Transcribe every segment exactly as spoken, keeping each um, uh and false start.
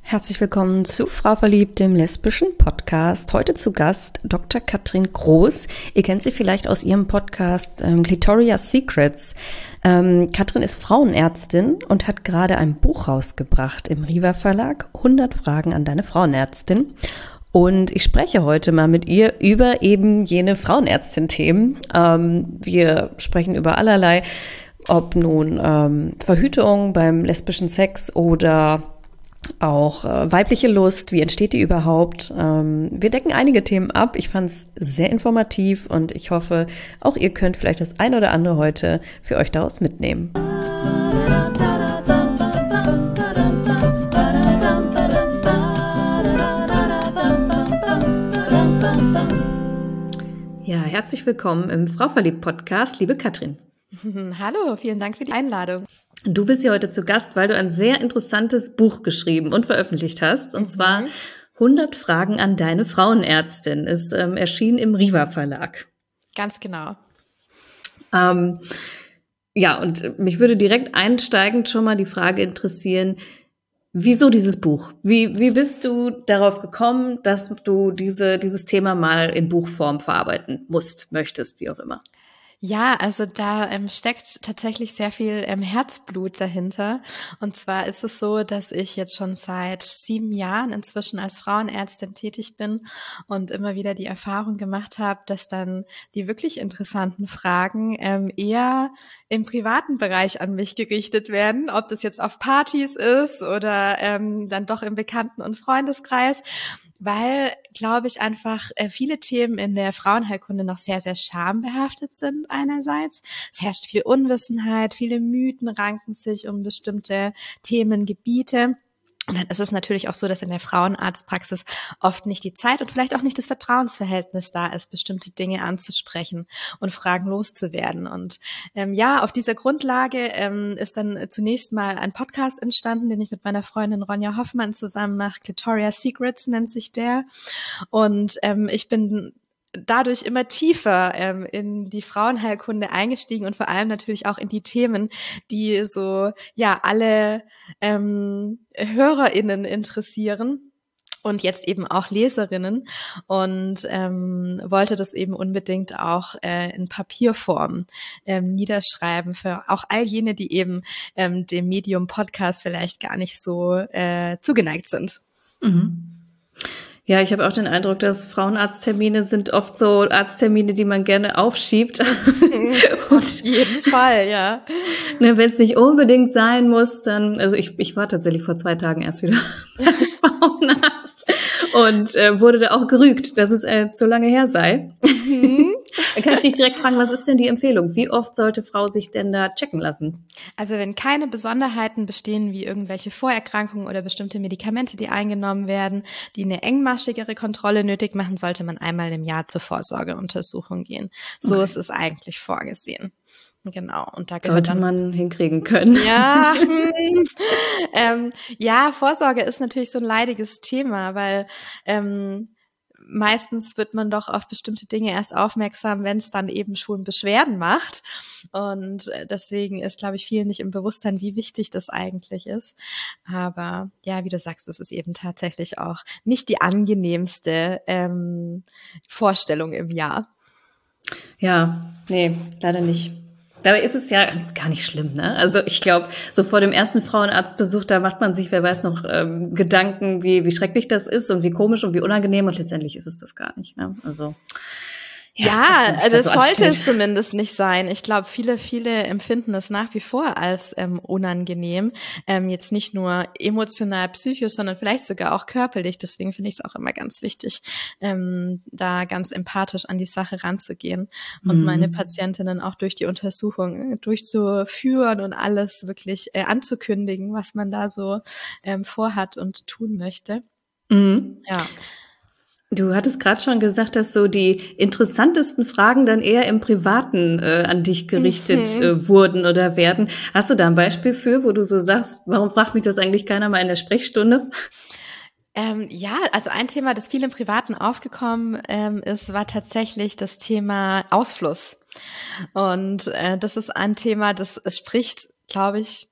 Herzlich willkommen zu Frau Verliebt, dem lesbischen Podcast. Heute zu Gast Doktor Katrin Groß. Ihr kennt sie vielleicht aus ihrem Podcast ähm, Clitoria's Secrets. Ähm, Katrin ist Frauenärztin und hat gerade ein Buch rausgebracht im Riva Verlag, hundert Fragen an deine Frauenärztin. Und ich spreche heute mal mit ihr über eben jene Frauenärztin-Themen. Ähm, wir sprechen über allerlei, ob nun ähm, Verhütung beim lesbischen Sex oder auch äh, weibliche Lust, wie entsteht die überhaupt? Ähm, wir decken einige Themen ab. Ich fand es sehr informativ und ich hoffe, auch ihr könnt vielleicht das eine oder andere heute für euch daraus mitnehmen. Ja, herzlich willkommen im Frau Verliebt Podcast, liebe Katrin. Hallo, vielen Dank für die Einladung. Du bist hier heute zu Gast, weil du ein sehr interessantes Buch geschrieben und veröffentlicht hast, und mhm. zwar hundert Fragen an deine Frauenärztin. Ist ähm, erschienen im Riva Verlag. Ganz genau. Ähm, ja, und mich würde direkt einsteigend schon mal die Frage interessieren, wieso dieses Buch? Wie, wie bist du darauf gekommen, dass du diese, dieses Thema mal in Buchform verarbeiten musst, möchtest, wie auch immer? Ja, also da ähm, steckt tatsächlich sehr viel ähm, Herzblut dahinter. Und zwar ist es so, dass ich jetzt schon seit sieben Jahren inzwischen als Frauenärztin tätig bin und immer wieder die Erfahrung gemacht habe, dass dann die wirklich interessanten Fragen ähm, eher im privaten Bereich an mich gerichtet werden, ob das jetzt auf Partys ist oder ähm, dann doch im Bekannten- und Freundeskreis. Weil, glaube ich, einfach äh, viele Themen in der Frauenheilkunde noch sehr, sehr schambehaftet sind einerseits. Es herrscht viel Unwissenheit, viele Mythen ranken sich um bestimmte Themengebiete. Und dann ist es natürlich auch so, dass in der Frauenarztpraxis oft nicht die Zeit und vielleicht auch nicht das Vertrauensverhältnis da ist, bestimmte Dinge anzusprechen und Fragen loszuwerden. Und ähm, ja, auf dieser Grundlage ähm, ist dann zunächst mal ein Podcast entstanden, den ich mit meiner Freundin Ronja Hoffmann zusammen mache. Clitoria's Secrets nennt sich der. Und ähm, ich bin dadurch immer tiefer ähm, in die Frauenheilkunde eingestiegen und vor allem natürlich auch in die Themen, die so ja alle ähm, HörerInnen interessieren und jetzt eben auch Leserinnen, und ähm, wollte das eben unbedingt auch äh, in Papierform ähm, niederschreiben für auch all jene, die eben ähm, dem Medium Podcast vielleicht gar nicht so äh, zugeneigt sind. Mhm. Ja, ich habe auch den Eindruck, dass Frauenarzttermine sind oft so Arzttermine, die man gerne aufschiebt. Auf jeden Fall, ja. Ne, wenn es nicht unbedingt sein muss, dann, also ich, ich war tatsächlich vor zwei Tagen erst wieder beim Frauenarzt und äh, wurde da auch gerügt, dass es äh, so lange her sei. Mhm. Dann kann ich dich direkt fragen, was ist denn die Empfehlung? Wie oft sollte Frau sich denn da checken lassen? Also wenn keine Besonderheiten bestehen, wie irgendwelche Vorerkrankungen oder bestimmte Medikamente, die eingenommen werden, die eine engmaschigere Kontrolle nötig machen, sollte man einmal im Jahr zur Vorsorgeuntersuchung gehen. So okay. Ist es eigentlich vorgesehen. Genau. Und da sollte dann, man hinkriegen können. Ja, ähm, ja, Vorsorge ist natürlich so ein leidiges Thema, weil ähm, meistens wird man doch auf bestimmte Dinge erst aufmerksam, wenn es dann eben schon Beschwerden macht. Und deswegen ist, glaube ich, vielen nicht im Bewusstsein, wie wichtig das eigentlich ist. Aber ja, wie du sagst, es ist eben tatsächlich auch nicht die angenehmste ähm, Vorstellung im Jahr. Ja, nee, leider nicht. Dabei ist es ja gar nicht schlimm, ne? Also ich glaube, so vor dem ersten Frauenarztbesuch, da macht man sich, wer weiß noch, ähm, Gedanken, wie wie schrecklich das ist und wie komisch und wie unangenehm, und letztendlich ist es das gar nicht, ne? Also ja, ja das, das so sollte es zumindest nicht sein. Ich glaube, viele, viele empfinden es nach wie vor als ähm, unangenehm. Ähm, jetzt nicht nur emotional, psychisch, sondern vielleicht sogar auch körperlich. Deswegen finde ich es auch immer ganz wichtig, ähm, da ganz empathisch an die Sache ranzugehen und mhm. meine Patientinnen auch durch die Untersuchung durchzuführen und alles wirklich äh, anzukündigen, was man da so ähm, vorhat und tun möchte. Mhm. Ja. Du hattest gerade schon gesagt, dass so die interessantesten Fragen dann eher im Privaten äh, an dich gerichtet mhm. äh, wurden oder werden. Hast du da ein Beispiel für, wo du so sagst, warum fragt mich das eigentlich keiner mal in der Sprechstunde? Ähm, ja, also ein Thema, das viel im Privaten aufgekommen ähm, ist, war tatsächlich das Thema Ausfluss. Und äh, das ist ein Thema, das spricht, glaube ich,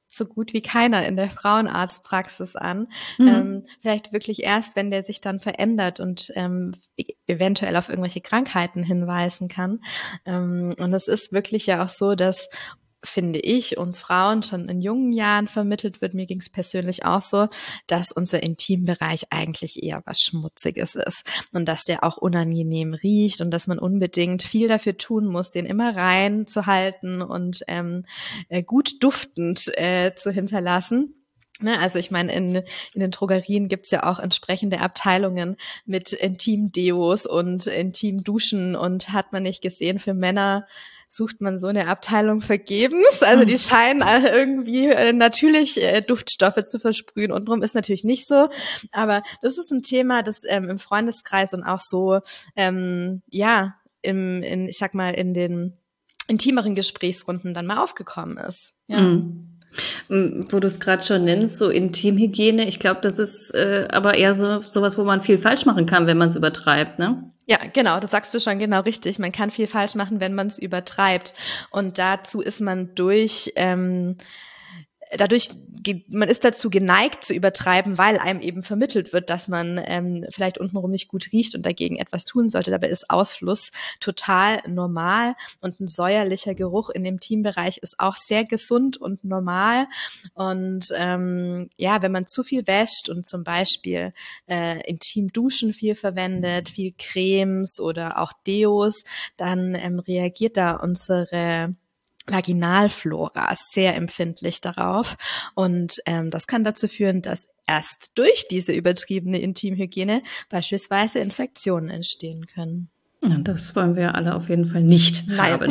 so gut wie keiner in der Frauenarztpraxis an. Mhm. Ähm, vielleicht wirklich erst, wenn der sich dann verändert und ähm, eventuell auf irgendwelche Krankheiten hinweisen kann. Ähm, und es ist wirklich ja auch so, dass, finde ich, uns Frauen schon in jungen Jahren vermittelt wird, mir ging es persönlich auch so, dass unser Intimbereich eigentlich eher was Schmutziges ist und dass der auch unangenehm riecht und dass man unbedingt viel dafür tun muss, den immer rein zu halten und ähm, äh, gut duftend äh, zu hinterlassen. Ne, also ich meine, in, in den Drogerien gibt's ja auch entsprechende Abteilungen mit Intimdeos und Intimduschen und hat man nicht gesehen, für Männer sucht man so eine Abteilung vergebens. Also die scheinen alle irgendwie äh, natürlich äh, Duftstoffe zu versprühen und drum ist natürlich nicht so. Aber das ist ein Thema, das ähm, im Freundeskreis und auch so, ähm, ja, im, in, ich sag mal, in den intimeren Gesprächsrunden dann mal aufgekommen ist. Ja. Mhm. Wo du es gerade schon nennst, so Intimhygiene, ich glaube, das ist äh, aber eher so sowas, wo man viel falsch machen kann, wenn man es übertreibt, ne? Ja, genau, das sagst du schon genau richtig. Man kann viel falsch machen, wenn man es übertreibt. Und dazu ist man durch ähm, Dadurch, man ist dazu geneigt zu übertreiben, weil einem eben vermittelt wird, dass man ähm, vielleicht untenrum nicht gut riecht und dagegen etwas tun sollte. Dabei ist Ausfluss total normal und ein säuerlicher Geruch in dem Teambereich ist auch sehr gesund und normal. Und ähm, ja, wenn man zu viel wäscht und zum Beispiel äh, Intimduschen viel verwendet, viel Cremes oder auch Deos, dann ähm, reagiert da unsere Vaginalflora sehr empfindlich darauf und ähm, das kann dazu führen, dass erst durch diese übertriebene Intimhygiene beispielsweise Infektionen entstehen können. Ja, das wollen wir alle auf jeden Fall nicht Nein.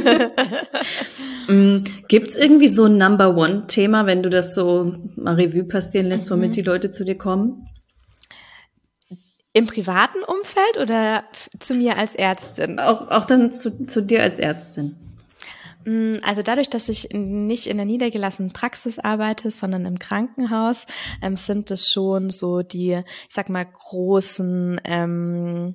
haben. Gibt es irgendwie so ein Number-One-Thema, wenn du das so mal Revue passieren lässt, womit mhm. die Leute zu dir kommen? Im privaten Umfeld oder zu mir als Ärztin? Auch, auch dann zu, zu dir als Ärztin. Also dadurch, dass ich nicht in der niedergelassenen Praxis arbeite, sondern im Krankenhaus, ähm, sind es schon so die, ich sag mal, großen ähm,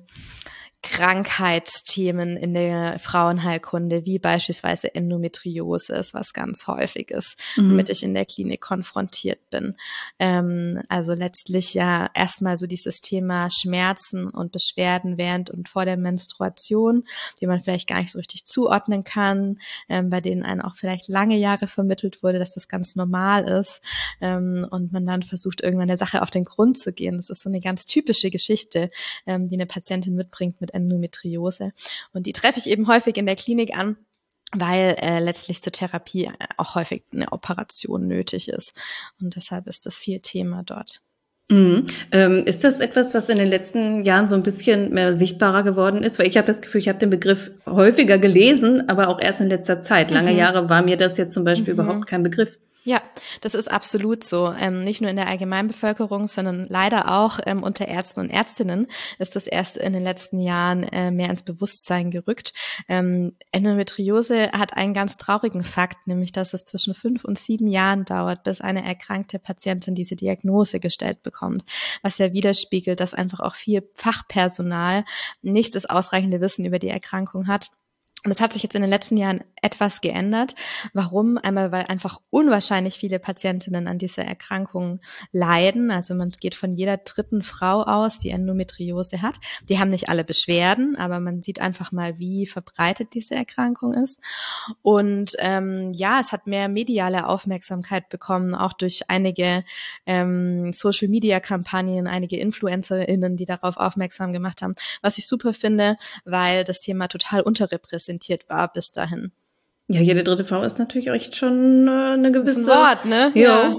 Krankheitsthemen in der Frauenheilkunde, wie beispielsweise Endometriose, ist was ganz häufig ist, mhm. womit ich in der Klinik konfrontiert bin. Ähm, also letztlich ja erstmal so dieses Thema Schmerzen und Beschwerden während und vor der Menstruation, die man vielleicht gar nicht so richtig zuordnen kann, ähm, bei denen einem auch vielleicht lange Jahre vermittelt wurde, dass das ganz normal ist, ähm, und man dann versucht, irgendwann der Sache auf den Grund zu gehen. Das ist so eine ganz typische Geschichte, ähm, die eine Patientin mitbringt mit Endometriose. Und die treffe ich eben häufig in der Klinik an, weil äh, letztlich zur Therapie auch häufig eine Operation nötig ist. Und deshalb ist das viel Thema dort. Mhm. Ähm, ist das etwas, was in den letzten Jahren so ein bisschen mehr sichtbarer geworden ist? Weil ich habe das Gefühl, ich habe den Begriff häufiger gelesen, aber auch erst in letzter Zeit. Lange mhm. Jahre war mir das jetzt zum Beispiel mhm. überhaupt kein Begriff. Ja, das ist absolut so. Ähm, nicht nur in der Allgemeinbevölkerung, sondern leider auch ähm, unter Ärzten und Ärztinnen ist das erst in den letzten Jahren äh, mehr ins Bewusstsein gerückt. Ähm, Endometriose hat einen ganz traurigen Fakt, nämlich dass es zwischen fünf und sieben Jahren dauert, bis eine erkrankte Patientin diese Diagnose gestellt bekommt, was ja widerspiegelt, dass einfach auch viel Fachpersonal nicht das ausreichende Wissen über die Erkrankung hat. Und das hat sich jetzt in den letzten Jahren etwas geändert. Warum? Einmal, weil einfach unwahrscheinlich viele Patientinnen an dieser Erkrankung leiden. Also man geht von jeder dritten Frau aus, die Endometriose hat. Die haben nicht alle Beschwerden, aber man sieht einfach mal, wie verbreitet diese Erkrankung ist. Und ähm, ja, es hat mehr mediale Aufmerksamkeit bekommen, auch durch einige ähm, Social-Media-Kampagnen, einige InfluencerInnen, die darauf aufmerksam gemacht haben. Was ich super finde, weil das Thema total unterrepräsentiert war bis dahin. Ja, jede dritte Frau ist natürlich echt schon äh, eine gewisse... Das ist ein Wort, ne? Jo. Ja.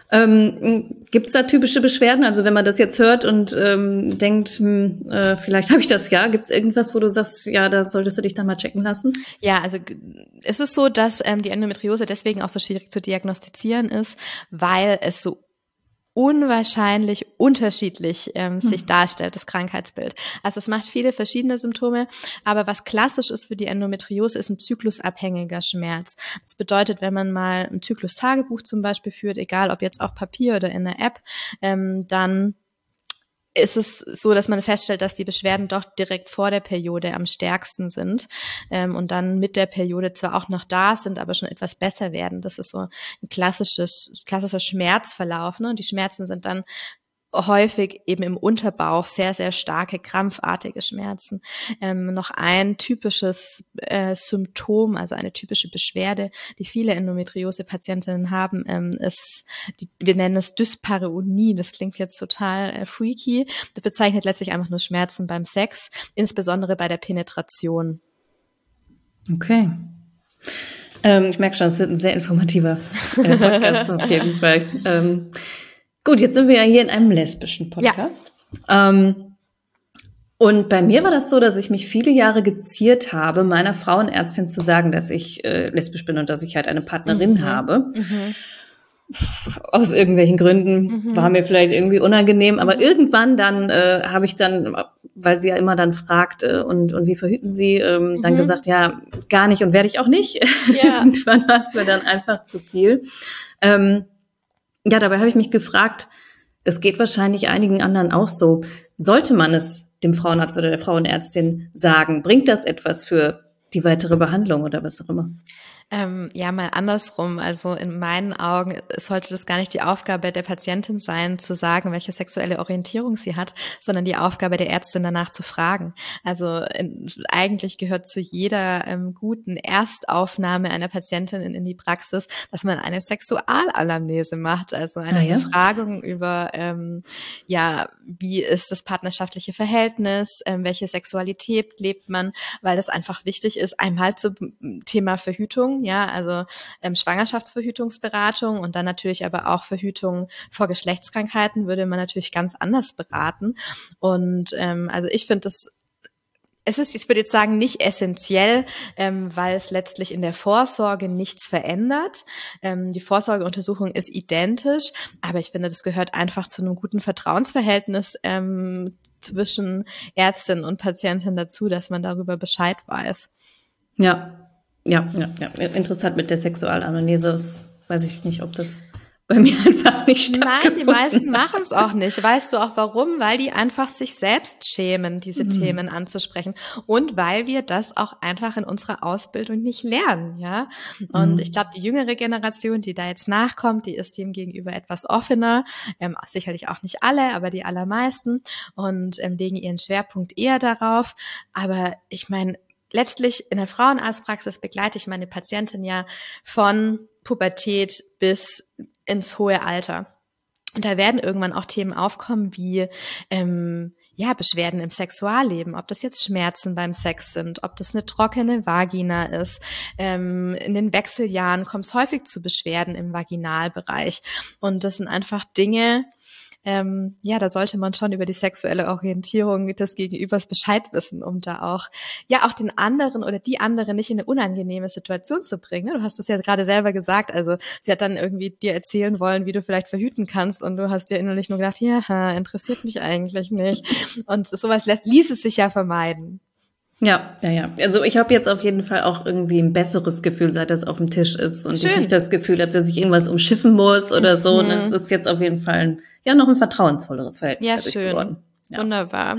Ähm, gibt es da typische Beschwerden? Also wenn man das jetzt hört und ähm, denkt, hm, äh, vielleicht habe ich das ja, gibt es irgendwas, wo du sagst, ja, da solltest du dich dann mal checken lassen? Ja, also es ist so, dass ähm, die Endometriose deswegen auch so schwierig zu diagnostizieren ist, weil es so unwahrscheinlich unterschiedlich ähm, sich hm. darstellt, das Krankheitsbild. Also es macht viele verschiedene Symptome, aber was klassisch ist für die Endometriose, ist ein zyklusabhängiger Schmerz. Das bedeutet, wenn man mal ein Zyklus-Tagebuch zum Beispiel führt, egal ob jetzt auf Papier oder in einer App, ähm, dann ist es so, dass man feststellt, dass die Beschwerden doch direkt vor der Periode am stärksten sind ähm, und dann mit der Periode zwar auch noch da sind, aber schon etwas besser werden. Das ist so ein klassisches, klassischer Schmerzverlauf. Ne? Und die Schmerzen sind dann häufig eben im Unterbauch sehr, sehr starke, krampfartige Schmerzen. Ähm, noch ein typisches äh, Symptom, also eine typische Beschwerde, die viele Endometriose-Patientinnen haben, ähm, ist, die, wir nennen es Dyspareunie. Das klingt jetzt total äh, freaky. Das bezeichnet letztlich einfach nur Schmerzen beim Sex, insbesondere bei der Penetration. Okay. Ähm, ich merke schon, es wird ein sehr informativer äh, Podcast auf jeden Fall. Ähm, Gut, jetzt sind wir ja hier in einem lesbischen Podcast. Ja. Ähm, und bei mir war das so, dass ich mich viele Jahre geziert habe, meiner Frauenärztin zu sagen, dass ich äh, lesbisch bin und dass ich halt eine Partnerin mhm. habe. Mhm. Aus irgendwelchen Gründen mhm. war mir vielleicht irgendwie unangenehm, aber mhm. irgendwann dann äh, habe ich dann, weil sie ja immer dann fragt äh, und und wie verhüten Sie, ähm, mhm. dann gesagt, ja, gar nicht und werde ich auch nicht. Ja. Irgendwann war es mir dann einfach zu viel. Ähm, Ja, dabei habe ich mich gefragt, es geht wahrscheinlich einigen anderen auch so. Sollte man es dem Frauenarzt oder der Frauenärztin sagen? Bringt das etwas für die weitere Behandlung oder was auch immer? Ähm, ja, mal andersrum. Also in meinen Augen sollte das gar nicht die Aufgabe der Patientin sein, zu sagen, welche sexuelle Orientierung sie hat, sondern die Aufgabe der Ärztin danach zu fragen. Also in, eigentlich gehört zu jeder ähm, guten Erstaufnahme einer Patientin in, in die Praxis, dass man eine Sexualanamnese macht, also eine ah, ja? Befragung über, ähm, ja, wie ist das partnerschaftliche Verhältnis, ähm, welche Sexualität lebt man, weil das einfach wichtig ist, einmal zum Thema Verhütung, ja, also ähm, Schwangerschaftsverhütungsberatung und dann natürlich aber auch Verhütung vor Geschlechtskrankheiten würde man natürlich ganz anders beraten. Und ähm, also ich finde das, es ist, ich würde jetzt sagen, nicht essentiell, ähm, weil es letztlich in der Vorsorge nichts verändert. Ähm, die Vorsorgeuntersuchung ist identisch, aber ich finde, das gehört einfach zu einem guten Vertrauensverhältnis ähm, zwischen Ärztin und Patientin dazu, dass man darüber Bescheid weiß. Ja. Ja, ja, ja. Interessant mit der Sexualanamnese. Das weiß ich nicht, ob das bei mir einfach nicht stattgefunden Nein, die meisten machen es auch nicht. Weißt du auch warum? Weil die einfach sich selbst schämen, diese mhm. Themen anzusprechen. Und weil wir das auch einfach in unserer Ausbildung nicht lernen, ja. Und mhm. ich glaube, die jüngere Generation, die da jetzt nachkommt, die ist dem gegenüber etwas offener. Ähm, sicherlich auch nicht alle, aber die allermeisten. Und ähm, legen ihren Schwerpunkt eher darauf. Aber ich meine, letztlich in der Frauenarztpraxis begleite ich meine Patientin ja von Pubertät bis ins hohe Alter. Und da werden irgendwann auch Themen aufkommen wie ähm, ja Beschwerden im Sexualleben, ob das jetzt Schmerzen beim Sex sind, ob das eine trockene Vagina ist. Ähm, in den Wechseljahren kommt es häufig zu Beschwerden im Vaginalbereich. Und das sind einfach Dinge, Ähm, ja, da sollte man schon über die sexuelle Orientierung des Gegenübers Bescheid wissen, um da auch, ja, auch den anderen oder die andere nicht in eine unangenehme Situation zu bringen. Du hast es ja gerade selber gesagt, also sie hat dann irgendwie dir erzählen wollen, wie du vielleicht verhüten kannst und du hast dir innerlich nur gedacht, ja, interessiert mich eigentlich nicht. Und sowas lässt, ließ es sich ja vermeiden. Ja, ja, ja. Also ich habe jetzt auf jeden Fall auch irgendwie ein besseres Gefühl, seit das auf dem Tisch ist und Schön. ich nicht das Gefühl habe, dass ich irgendwas umschiffen muss oder so. Mhm. Und es ist jetzt auf jeden Fall ein, ja noch ein vertrauensvolleres Verhältnis ja, schön. geworden. Ja, wunderbar.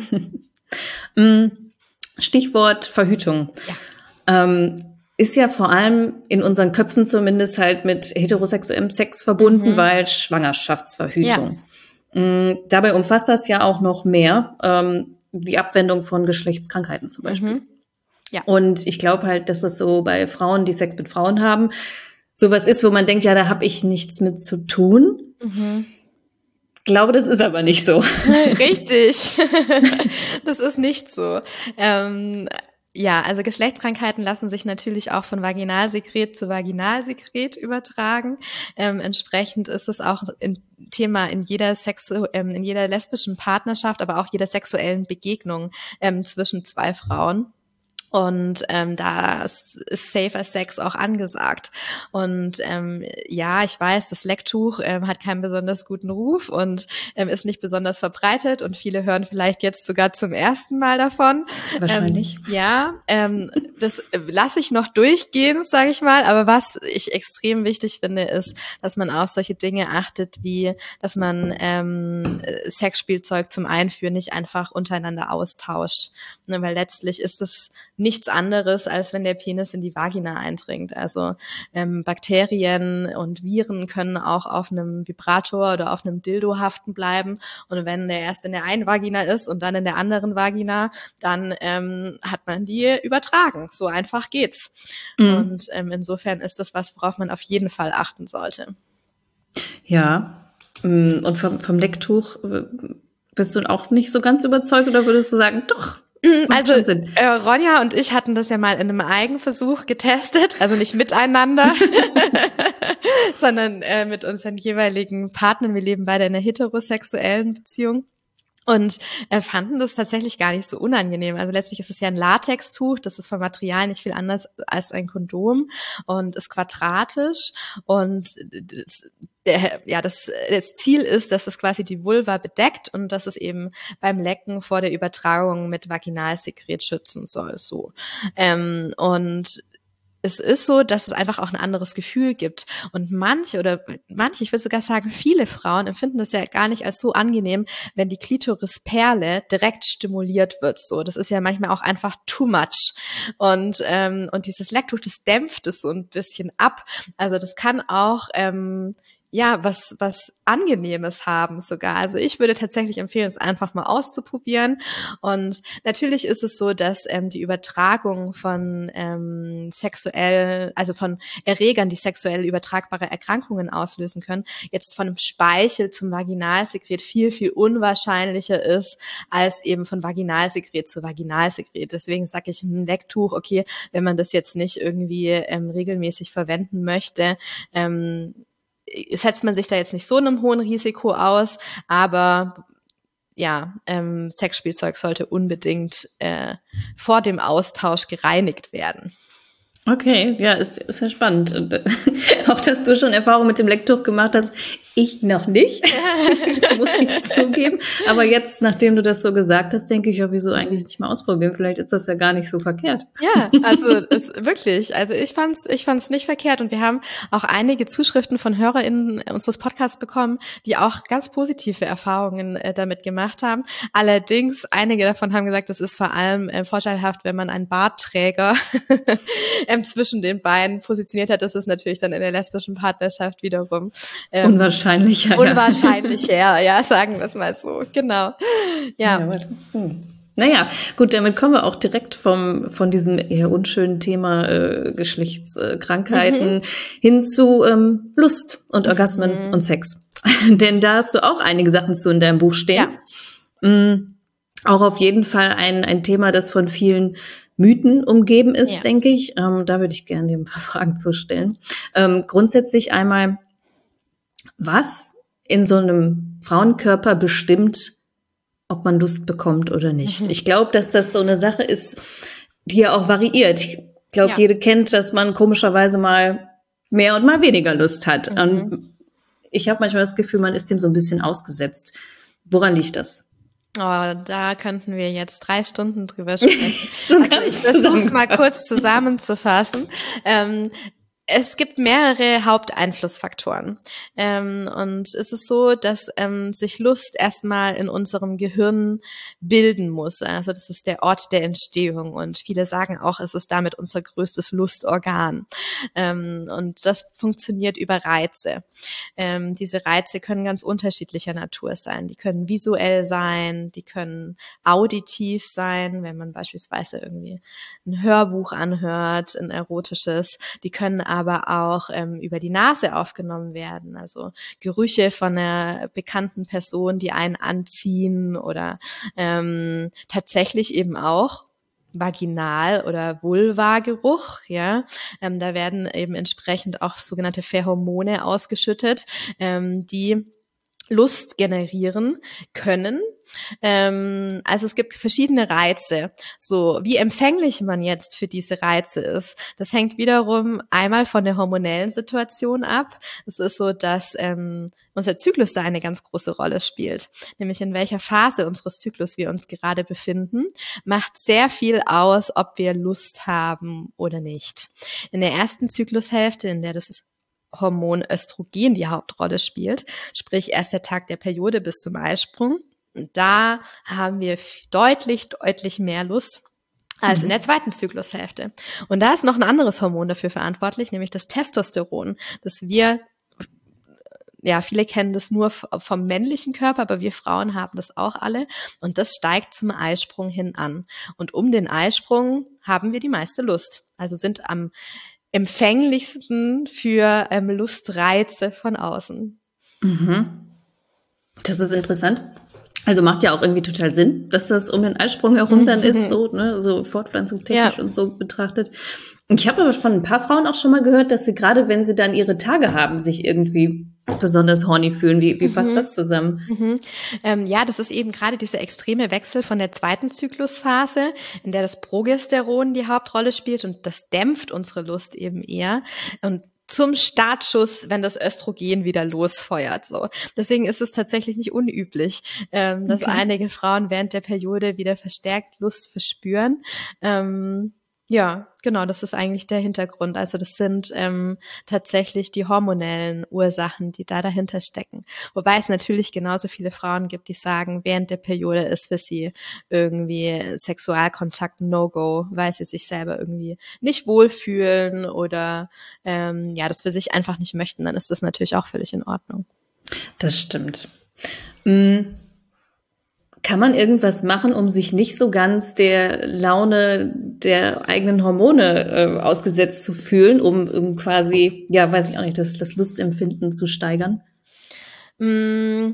Stichwort Verhütung. Ja. Ähm, ist ja vor allem in unseren Köpfen zumindest halt mit heterosexuellem Sex verbunden, mhm. weil Schwangerschaftsverhütung. Ja. Dabei umfasst das ja auch noch mehr. Ähm, die Abwendung von Geschlechtskrankheiten zum Beispiel. Mhm. Ja. Und ich glaube halt, dass das so bei Frauen, die Sex mit Frauen haben, sowas ist, wo man denkt, ja, da habe ich nichts mit zu tun. Mhm. Ich glaube, das ist aber nicht so. Richtig. Das ist nicht so. Ähm, ja, also Geschlechtskrankheiten lassen sich natürlich auch von Vaginalsekret zu Vaginalsekret übertragen. Ähm, entsprechend ist es auch ein Thema in jeder Sexu ähm, in jeder lesbischen Partnerschaft, aber auch jeder sexuellen Begegnung ähm, zwischen zwei Frauen. Und ähm, da ist Safer Sex auch angesagt. Und ähm, ja, ich weiß, das Lecktuch ähm, hat keinen besonders guten Ruf und ähm, ist nicht besonders verbreitet. Und viele hören vielleicht jetzt sogar zum ersten Mal davon. Wahrscheinlich. Ähm, ja, ähm, das lasse ich noch durchgehen, sage ich mal. Aber was ich extrem wichtig finde, ist, dass man auf solche Dinge achtet, wie, dass man ähm, Sexspielzeug zum Einführen nicht einfach untereinander austauscht. Ne, weil letztlich ist es nichts anderes, als wenn der Penis in die Vagina eindringt. Also ähm, Bakterien und Viren können auch auf einem Vibrator oder auf einem Dildo haften bleiben. Und wenn der erst in der einen Vagina ist und dann in der anderen Vagina, dann ähm, hat man die übertragen. So einfach geht's. Mhm. Und ähm, insofern ist das was, worauf man auf jeden Fall achten sollte. Ja, und vom, vom Lecktuch bist du auch nicht so ganz überzeugt oder würdest du sagen, doch? Also äh, Ronja und ich hatten das ja mal in einem Eigenversuch getestet, also nicht miteinander, sondern äh, mit unseren jeweiligen Partnern. Wir leben beide in einer heterosexuellen Beziehung. Und äh, fanden das tatsächlich gar nicht so unangenehm. Also letztlich ist es ja ein Latextuch, das ist vom Material nicht viel anders als ein Kondom und ist quadratisch und das, der, ja, das, das Ziel ist, dass es quasi die Vulva bedeckt und dass es eben beim Lecken vor der Übertragung mit Vaginalsekret schützen soll. So ähm, und es ist so, dass es einfach auch ein anderes Gefühl gibt. Und manche oder manche, ich würde sogar sagen, viele Frauen empfinden das ja gar nicht als so angenehm, wenn die Klitorisperle direkt stimuliert wird. So, das ist ja manchmal auch einfach too much. Und ähm, und dieses Lecktuch, das dämpft es so ein bisschen ab. Also das kann auch ähm, ja, was, was Angenehmes haben sogar. Also ich würde tatsächlich empfehlen, es einfach mal auszuprobieren. Und natürlich ist es so, dass ähm, die Übertragung von ähm, sexuell, also von Erregern, die sexuell übertragbare Erkrankungen auslösen können, jetzt von einem Speichel zum Vaginalsekret viel, viel unwahrscheinlicher ist, als eben von Vaginalsekret zu Vaginalsekret. Deswegen sage ich, ein Lecktuch, okay, wenn man das jetzt nicht irgendwie ähm, regelmäßig verwenden möchte, ähm, setzt man sich da jetzt nicht so einem hohen Risiko aus, aber ja, ähm, Sexspielzeug sollte unbedingt äh, vor dem Austausch gereinigt werden. Okay, ja, ist, ist ja spannend. Und, äh, auch, dass du schon Erfahrung mit dem Lecktuch gemacht hast. Ich noch nicht, muss ich zugeben. Aber jetzt, nachdem du das so gesagt hast, denke ich, ja, wieso eigentlich nicht mal ausprobieren? Vielleicht ist das ja gar nicht so verkehrt. Ja, also ist wirklich. Also ich fand's, ich fand's nicht verkehrt. Und wir haben auch einige Zuschriften von HörerInnen unseres Podcasts bekommen, die auch ganz positive Erfahrungen äh, damit gemacht haben. Allerdings, einige davon haben gesagt, das ist vor allem äh, vorteilhaft, wenn man einen Bartträger ähm, zwischen den Beinen positioniert hat. Das ist natürlich dann in der lesbischen Partnerschaft wiederum ähm, unwahrscheinlicher. Ja. Unwahrscheinlicher, ja, sagen wir es mal so. Genau. Ja. ja hm. Naja, gut, damit kommen wir auch direkt vom von diesem eher unschönen Thema äh, Geschlechtskrankheiten mhm. hin zu ähm, Lust und Orgasmen mhm. und Sex. Denn da hast du auch einige Sachen zu in deinem Buch stehen. Ja. Mhm. Auch auf jeden Fall ein ein Thema, das von vielen Mythen umgeben ist, ja. denke ich. Ähm, da würde ich gerne dir ein paar Fragen zu stellen. Ähm, grundsätzlich einmal, was in so einem Frauenkörper bestimmt, ob man Lust bekommt oder nicht. Mhm. Ich glaube, dass das so eine Sache ist, die ja auch variiert. Ich glaube, ja. jede kennt, dass man komischerweise mal mehr und mal weniger Lust hat. Mhm. Und ich habe manchmal das Gefühl, man ist dem so ein bisschen ausgesetzt. Woran liegt das? Oh, da könnten wir jetzt drei Stunden drüber sprechen. so also ich versuche es mal kurz zusammenzufassen. Ähm, Es gibt mehrere Haupteinflussfaktoren. Ähm, und es ist so, dass ähm, sich Lust erstmal in unserem Gehirn bilden muss. Also das ist der Ort der Entstehung. Und viele sagen auch, es ist damit unser größtes Lustorgan. Ähm, und das funktioniert über Reize. Ähm, diese Reize können ganz unterschiedlicher Natur sein. Die können visuell sein, die können auditiv sein, wenn man beispielsweise irgendwie ein Hörbuch anhört, ein erotisches. Die können aber auch ähm, über die Nase aufgenommen werden. Also Gerüche von einer bekannten Person, die einen anziehen oder ähm, tatsächlich eben auch Vaginal- oder Vulva-Geruch, ja. Ähm, da werden eben entsprechend auch sogenannte Pheromone ausgeschüttet, ähm, die Lust generieren können. Ähm, also es gibt verschiedene Reize. So, wie empfänglich man jetzt für diese Reize ist, das hängt wiederum einmal von der hormonellen Situation ab. Es ist so, dass ähm, unser Zyklus da eine ganz große Rolle spielt. Nämlich in welcher Phase unseres Zyklus wir uns gerade befinden, macht sehr viel aus, ob wir Lust haben oder nicht. In der ersten Zyklushälfte, in der das Hormon Östrogen die Hauptrolle spielt, sprich erst der Tag der Periode bis zum Eisprung. Da haben wir deutlich, deutlich mehr Lust als in der zweiten Zyklushälfte. Und da ist noch ein anderes Hormon dafür verantwortlich, nämlich das Testosteron, das wir, ja, viele kennen das nur vom männlichen Körper, aber wir Frauen haben das auch alle. Und das steigt zum Eisprung hin an. Und um den Eisprung haben wir die meiste Lust. Also sind am empfänglichsten für ähm, Lustreize von außen. Mhm. Das ist interessant. Also macht ja auch irgendwie total Sinn, dass das um den Eisprung herum dann ist, so, ne, so fortpflanzungstechnisch ja. und so betrachtet. Und ich habe aber von ein paar Frauen auch schon mal gehört, dass sie gerade, wenn sie dann ihre Tage haben, sich irgendwie besonders horny fühlen. Wie, wie passt mhm. das zusammen? Mhm. Ähm, ja, das ist eben gerade dieser extreme Wechsel von der zweiten Zyklusphase, in der das Progesteron die Hauptrolle spielt und das dämpft unsere Lust eben eher. Und zum Startschuss, wenn das Östrogen wieder losfeuert. So, deswegen ist es tatsächlich nicht unüblich, ähm, dass okay. einige Frauen während der Periode wieder verstärkt Lust verspüren. Ähm, ja, genau, das ist eigentlich der Hintergrund. Also das sind ähm, tatsächlich die hormonellen Ursachen, die da dahinter stecken. Wobei es natürlich genauso viele Frauen gibt, die sagen, während der Periode ist für sie irgendwie Sexualkontakt No-Go, weil sie sich selber irgendwie nicht wohlfühlen oder ähm, ja, das für sich einfach nicht möchten. Dann ist das natürlich auch völlig in Ordnung. Das stimmt. Mhm. Kann man irgendwas machen, um sich nicht so ganz der Laune der eigenen Hormone äh, ausgesetzt zu fühlen, um, um quasi, ja, weiß ich auch nicht, das, das Lustempfinden zu steigern? Mm,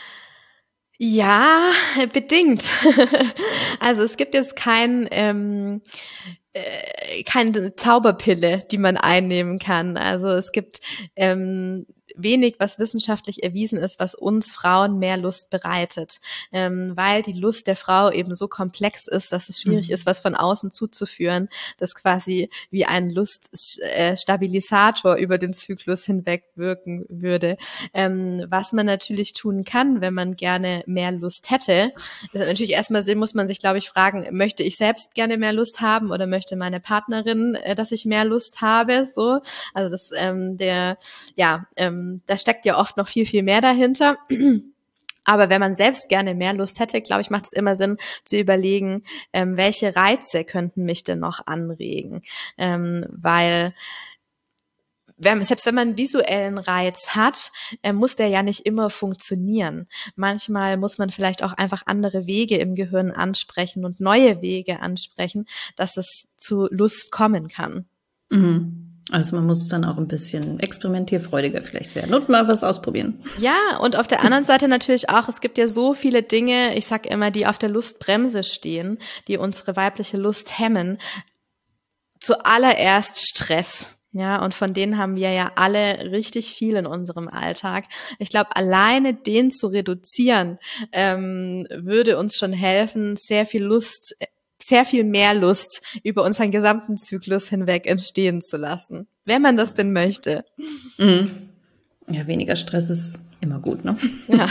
ja, bedingt. Also es gibt jetzt kein ähm, äh, keine Zauberpille, die man einnehmen kann. Also es gibt ähm, wenig, was wissenschaftlich erwiesen ist, was uns Frauen mehr Lust bereitet, ähm, weil die Lust der Frau eben so komplex ist, dass es schwierig mhm. ist, was von außen zuzuführen, das quasi wie ein Luststabilisator über den Zyklus hinweg wirken würde. Ähm, was man natürlich tun kann, wenn man gerne mehr Lust hätte, ist natürlich erstmal muss man sich, glaube ich, fragen, möchte ich selbst gerne mehr Lust haben oder möchte meine Partnerin, äh, dass ich mehr Lust habe? So, also das ähm, der ja ähm, da steckt ja oft noch viel, viel mehr dahinter. Aber wenn man selbst gerne mehr Lust hätte, glaube ich, macht es immer Sinn zu überlegen, ähm, welche Reize könnten mich denn noch anregen. Ähm, weil wenn, selbst wenn man einen visuellen Reiz hat, äh, muss der ja nicht immer funktionieren. Manchmal muss man vielleicht auch einfach andere Wege im Gehirn ansprechen und neue Wege ansprechen, dass es zu Lust kommen kann. Mhm. Also man muss dann auch ein bisschen experimentierfreudiger vielleicht werden und mal was ausprobieren. Ja, und auf der anderen Seite natürlich auch, es gibt ja so viele Dinge, ich sag immer, die auf der Lustbremse stehen, die unsere weibliche Lust hemmen. Zuallererst Stress. Ja, und von denen haben wir ja alle richtig viel in unserem Alltag. Ich glaube, alleine den zu reduzieren, ähm, würde uns schon helfen, sehr viel Lust sehr viel mehr Lust über unseren gesamten Zyklus hinweg entstehen zu lassen, wenn man das denn möchte. Mhm. Ja, weniger Stress ist immer gut, ne? Ja.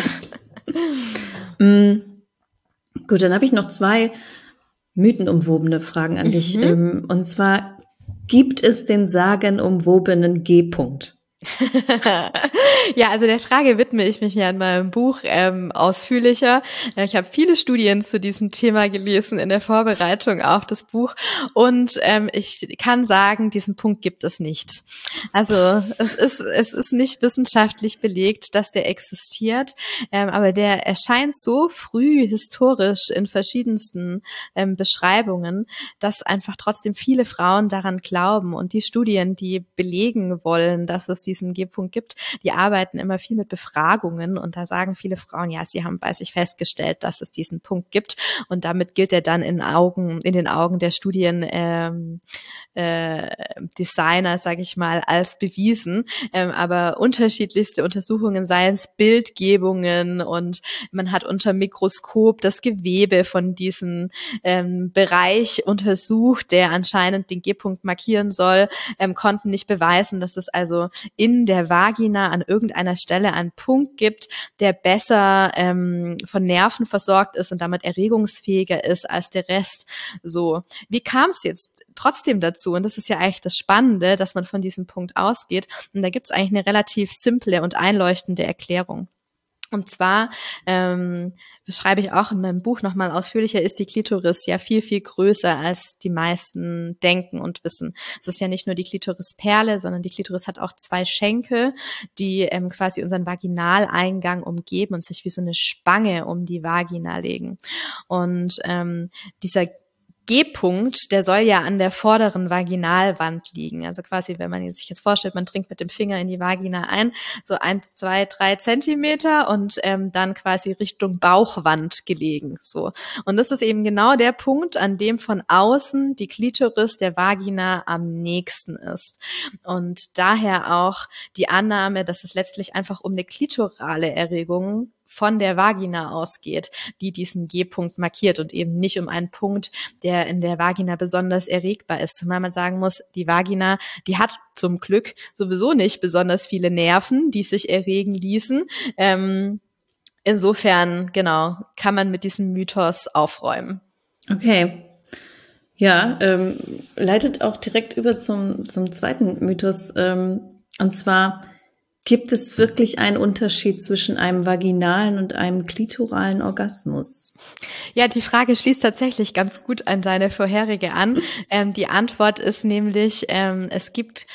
mhm. Gut, dann habe ich noch zwei mythenumwobene Fragen an dich. Mhm. Und zwar, gibt es den sagenumwobenen G-Punkt? Ja, also der Frage widme ich mich ja in meinem Buch ähm, ausführlicher. Ich habe viele Studien zu diesem Thema gelesen in der Vorbereitung auf das Buch und ähm, ich kann sagen, diesen Punkt gibt es nicht. Also es ist es ist nicht wissenschaftlich belegt, dass der existiert, ähm, aber der erscheint so früh historisch in verschiedensten ähm, Beschreibungen, dass einfach trotzdem viele Frauen daran glauben und die Studien, die belegen wollen, dass es die diesen G-Punkt gibt, die arbeiten immer viel mit Befragungen und da sagen viele Frauen, ja, sie haben bei sich festgestellt, dass es diesen Punkt gibt und damit gilt er dann in Augen, in den Augen der Studien ähm, äh, Designer, sage ich mal, als bewiesen. Ähm, aber unterschiedlichste Untersuchungen, seien es Bildgebungen und man hat unter Mikroskop das Gewebe von diesem ähm, Bereich untersucht, der anscheinend den G-Punkt markieren soll, ähm, konnten nicht beweisen, dass es also in der Vagina an irgendeiner Stelle einen Punkt gibt, der besser ähm, von Nerven versorgt ist und damit erregungsfähiger ist als der Rest. So, wie kam es jetzt trotzdem dazu? Und das ist ja eigentlich das Spannende, dass man von diesem Punkt ausgeht. Und da gibt es eigentlich eine relativ simple und einleuchtende Erklärung. Und zwar ähm, beschreibe ich auch in meinem Buch nochmal ausführlicher, ist die Klitoris ja viel, viel größer, als die meisten denken und wissen. Es ist ja nicht nur die Klitorisperle, sondern die Klitoris hat auch zwei Schenkel, die ähm, quasi unseren Vaginaleingang umgeben und sich wie so eine Spange um die Vagina legen. Und ähm, dieser G-Punkt, der soll ja an der vorderen Vaginalwand liegen. Also quasi, wenn man sich jetzt vorstellt, man dringt mit dem Finger in die Vagina ein, so eins, zwei, drei Zentimeter und ähm, dann quasi Richtung Bauchwand gelegen. So. Und das ist eben genau der Punkt, an dem von außen die Klitoris der Vagina am nächsten ist. Und daher auch die Annahme, dass es letztlich einfach um eine klitorale Erregung von der Vagina ausgeht, die diesen G-Punkt markiert und eben nicht um einen Punkt, der in der Vagina besonders erregbar ist. Zumal man sagen muss, die Vagina, die hat zum Glück sowieso nicht besonders viele Nerven, die sich erregen ließen. Ähm, insofern, genau, kann man mit diesem Mythos aufräumen. Okay. Ja, ähm, leitet auch direkt über zum, zum zweiten Mythos. Ähm, und zwar, gibt es wirklich einen Unterschied zwischen einem vaginalen und einem klitoralen Orgasmus? Ja, die Frage schließt tatsächlich ganz gut an deine vorherige an. Ähm, die Antwort ist nämlich, ähm, es gibt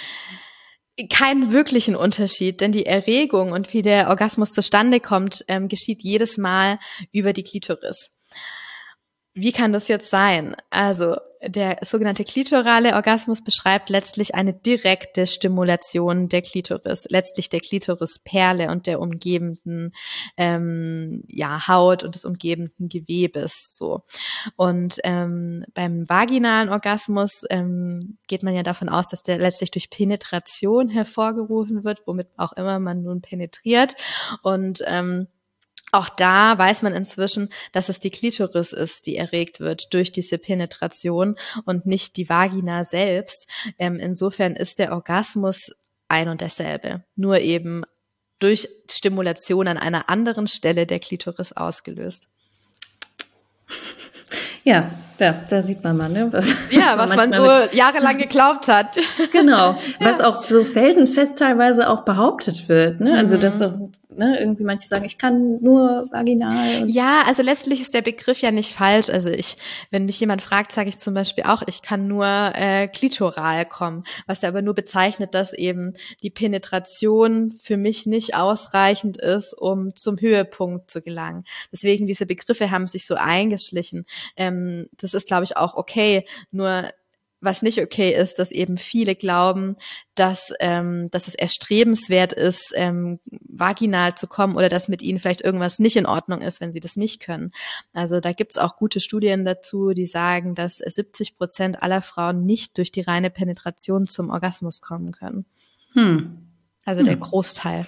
keinen wirklichen Unterschied, denn die Erregung und wie der Orgasmus zustande kommt, ähm, geschieht jedes Mal über die Klitoris. Wie kann das jetzt sein? Also der sogenannte klitorale Orgasmus beschreibt letztlich eine direkte Stimulation der Klitoris, letztlich der Klitorisperle und der umgebenden ähm, ja, Haut und des umgebenden Gewebes. So. Und ähm, beim vaginalen Orgasmus ähm, geht man ja davon aus, dass der letztlich durch Penetration hervorgerufen wird, womit auch immer man nun penetriert. Und ähm, Auch da weiß man inzwischen, dass es die Klitoris ist, die erregt wird durch diese Penetration und nicht die Vagina selbst. Ähm, insofern ist der Orgasmus ein und derselbe, nur eben durch Stimulation an einer anderen Stelle der Klitoris ausgelöst. Ja, da, da sieht man mal, ne? Was, ja, was man, was man so jahrelang geglaubt hat. Genau, was ja. auch so felsenfest teilweise auch behauptet wird, ne? Also, dass so, ne, irgendwie manche sagen, ich kann nur vaginal. Und ja, also letztlich ist der Begriff ja nicht falsch. Also ich, wenn mich jemand fragt, sage ich zum Beispiel auch, ich kann nur äh, klitoral kommen, was ja aber nur bezeichnet, dass eben die Penetration für mich nicht ausreichend ist, um zum Höhepunkt zu gelangen. Deswegen diese Begriffe haben sich so eingeschlichen. Ähm, das ist, glaube ich, auch okay. Nur was nicht okay ist, dass eben viele glauben, dass ähm, dass es erstrebenswert ist, ähm, vaginal zu kommen oder dass mit ihnen vielleicht irgendwas nicht in Ordnung ist, wenn sie das nicht können. Also da gibt's auch gute Studien dazu, die sagen, dass siebzig Prozent aller Frauen nicht durch die reine Penetration zum Orgasmus kommen können. Hm. Also hm. der Großteil.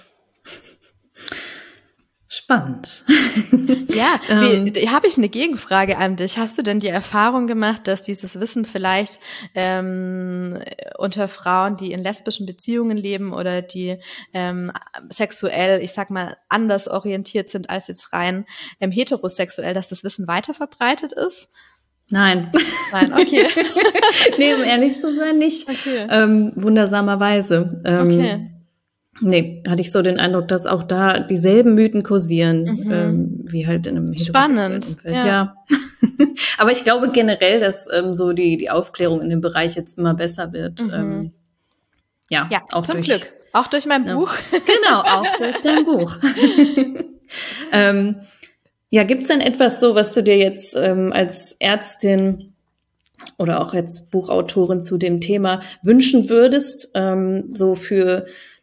Spannend. Ja, ähm, habe ich eine Gegenfrage an dich. Hast du denn die Erfahrung gemacht, dass dieses Wissen vielleicht ähm, unter Frauen, die in lesbischen Beziehungen leben oder die ähm, sexuell, ich sag mal, anders orientiert sind als jetzt rein ähm, heterosexuell, dass das Wissen weiter verbreitet ist? Nein. Nein, okay. Nee, um ehrlich zu sein, nicht. Okay. Ähm, wundersamerweise. Ähm, okay. Nee, hatte ich so den Eindruck, dass auch da dieselben Mythen kursieren, Mhm. ähm, wie halt in einem heterosexuellen Umfeld. Ja. ja. Aber ich glaube generell, dass ähm, so die die Aufklärung in dem Bereich jetzt immer besser wird. Mhm. Ähm, ja, ja, auch zum durch, Glück. Auch durch mein ja. Buch. Genau, auch durch dein Buch. ähm, ja, gibt's denn etwas so, was du dir jetzt ähm, als Ärztin oder auch als Buchautorin zu dem Thema wünschen würdest, ähm, so für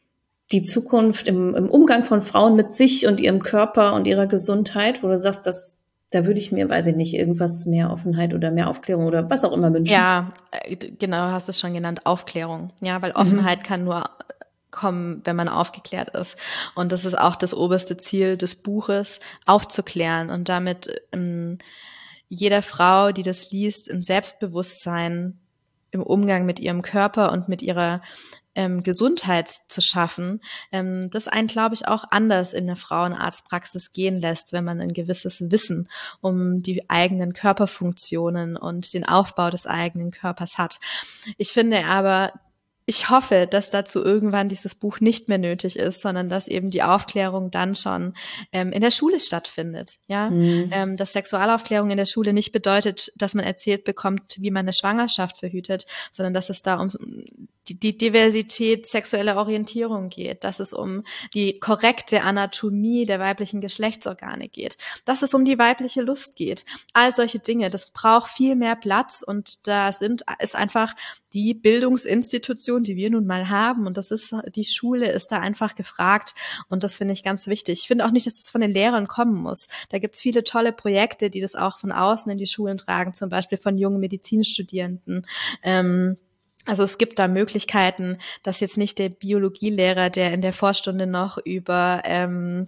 die Zukunft im, im Umgang von Frauen mit sich und ihrem Körper und ihrer Gesundheit, wo du sagst, dass da würde ich mir, weiß ich nicht, irgendwas mehr Offenheit oder mehr Aufklärung oder was auch immer wünschen? Ja, genau, hast du es schon genannt, Aufklärung. Ja, weil Offenheit mhm. kann nur kommen, wenn man aufgeklärt ist. Und das ist auch das oberste Ziel des Buches, aufzuklären und damit ähm, jeder Frau, die das liest, ein Selbstbewusstsein im Umgang mit ihrem Körper und mit ihrer ähm, Gesundheit zu schaffen, ähm, das einen, glaube ich, auch anders in der Frauenarztpraxis gehen lässt, wenn man ein gewisses Wissen um die eigenen Körperfunktionen und den Aufbau des eigenen Körpers hat. Ich finde aber, ich hoffe, dass dazu irgendwann dieses Buch nicht mehr nötig ist, sondern dass eben die Aufklärung dann schon ähm, in der Schule stattfindet. Ja, mhm. ähm, dass Sexualaufklärung in der Schule nicht bedeutet, dass man erzählt bekommt, wie man eine Schwangerschaft verhütet, sondern dass es da um die, die Diversität sexueller Orientierung geht, dass es um die korrekte Anatomie der weiblichen Geschlechtsorgane geht, dass es um die weibliche Lust geht. All solche Dinge, das braucht viel mehr Platz und da sind ist einfach die Bildungsinstitution, die wir nun mal haben, und das ist, die Schule ist da einfach gefragt und das finde ich ganz wichtig. Ich finde auch nicht, dass das von den Lehrern kommen muss. Da gibt es viele tolle Projekte, die das auch von außen in die Schulen tragen, zum Beispiel von jungen Medizinstudierenden. Ähm, Also es gibt da Möglichkeiten, dass jetzt nicht der Biologielehrer, der in der Vorstunde noch über ähm,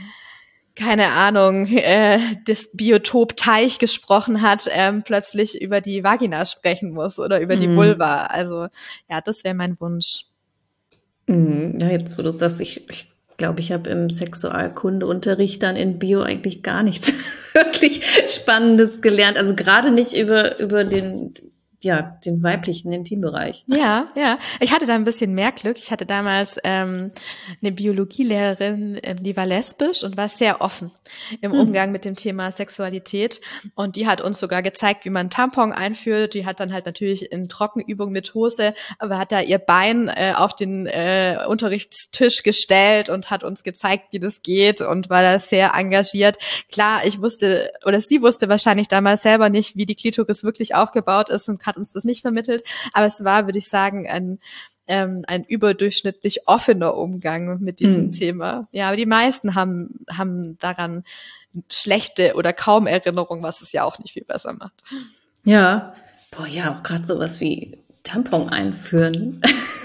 keine Ahnung, äh, das Biotop Teich gesprochen hat, ähm, plötzlich über die Vagina sprechen muss oder über mhm. die Vulva. Also ja, das wäre mein Wunsch. Mhm. Ja, jetzt wo du sagst, ich ich glaube, ich habe im Sexualkundeunterricht dann in Bio eigentlich gar nichts wirklich Spannendes gelernt. Also gerade nicht über über den ja, den weiblichen Intimbereich. Ja, ja. Ich hatte da ein bisschen mehr Glück. Ich hatte damals ähm, eine Biologielehrerin, ähm, die war lesbisch und war sehr offen im Umgang hm. mit dem Thema Sexualität. Und die hat uns sogar gezeigt, wie man Tampon einführt. Die hat dann halt natürlich in Trockenübung mit Hose, aber hat da ihr Bein äh, auf den äh, Unterrichtstisch gestellt und hat uns gezeigt, wie das geht und war da sehr engagiert. Klar, ich wusste, oder sie wusste wahrscheinlich damals selber nicht, wie die Klitoris wirklich aufgebaut ist und hat uns das nicht vermittelt, aber es war, würde ich sagen, ein ähm, ein überdurchschnittlich offener Umgang mit diesem mhm. Thema. Ja, aber die meisten haben haben daran schlechte oder kaum Erinnerung, was es ja auch nicht viel besser macht. Ja, boah, ja, auch gerade sowas wie Tampon einführen,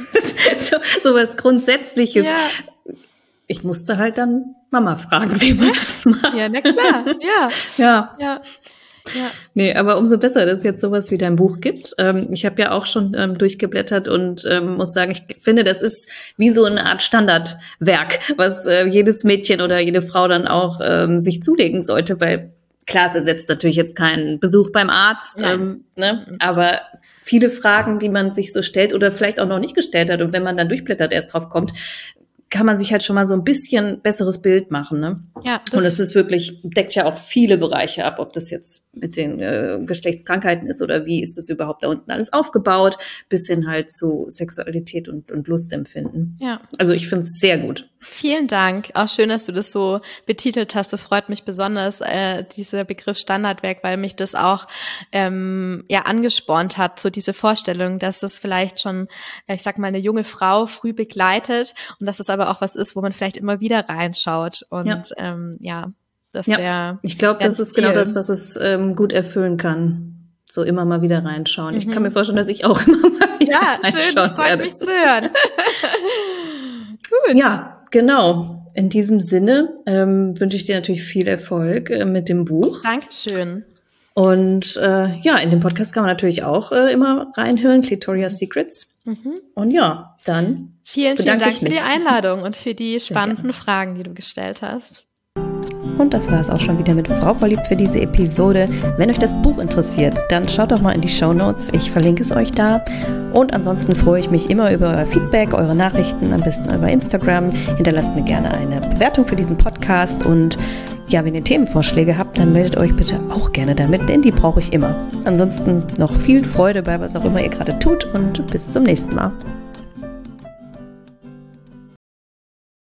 so sowas Grundsätzliches. Ja. Ich musste halt dann Mama fragen, wie man das macht. Ja, na klar, ja. Ja. Ja. Ja. Nee, aber umso besser, dass es jetzt sowas wie dein Buch gibt. Ähm, ich habe ja auch schon ähm, durchgeblättert und ähm, muss sagen, ich finde, das ist wie so eine Art Standardwerk, was äh, jedes Mädchen oder jede Frau dann auch ähm, sich zulegen sollte, weil klar, es ersetzt natürlich jetzt keinen Besuch beim Arzt, ähm, ne? Aber viele Fragen, die man sich so stellt oder vielleicht auch noch nicht gestellt hat und wenn man dann durchblättert, erst drauf kommt, kann man sich halt schon mal so ein bisschen besseres Bild machen, ne? Ja. Und es ist wirklich, deckt ja auch viele Bereiche ab, ob das jetzt mit den äh, Geschlechtskrankheiten ist oder wie ist das überhaupt da unten alles aufgebaut, bis hin halt zu Sexualität und, und Lustempfinden. Ja. Also ich finde es sehr gut. Vielen Dank. Auch schön, dass du das so betitelt hast. Das freut mich besonders, äh, dieser Begriff Standardwerk, weil mich das auch ähm, ja angespornt hat, so diese Vorstellung, dass es vielleicht schon, ich sag mal, eine junge Frau früh begleitet und dass es aber auch was ist, wo man vielleicht immer wieder reinschaut. Und ja, ähm, ja das wäre. Ja, ich glaube, das, das ist genau das, was es ähm, gut erfüllen kann. So immer mal wieder reinschauen. Mhm. Ich kann mir vorstellen, dass ich auch immer mal wieder ja, reinschauen schön, das freut werde. Mich zu hören. Gut. Ja. Genau. In diesem Sinne ähm, wünsche ich dir natürlich viel Erfolg äh, mit dem Buch. Dankeschön. Und äh, ja, in dem Podcast kann man natürlich auch äh, immer reinhören, Clitoria's Secrets. Mhm. Und ja, dann vielen, vielen Dank für die Einladung und für die spannenden Fragen, die du gestellt hast. Und das war es auch schon wieder mit Frau verliebt für diese Episode. Wenn euch das Buch interessiert, dann schaut doch mal in die Shownotes. Ich verlinke es euch da. Und ansonsten freue ich mich immer über euer Feedback, eure Nachrichten, am besten über Instagram. Hinterlasst mir gerne eine Bewertung für diesen Podcast. Und ja, wenn ihr Themenvorschläge habt, dann meldet euch bitte auch gerne damit, denn die brauche ich immer. Ansonsten noch viel Freude bei was auch immer ihr gerade tut und bis zum nächsten Mal.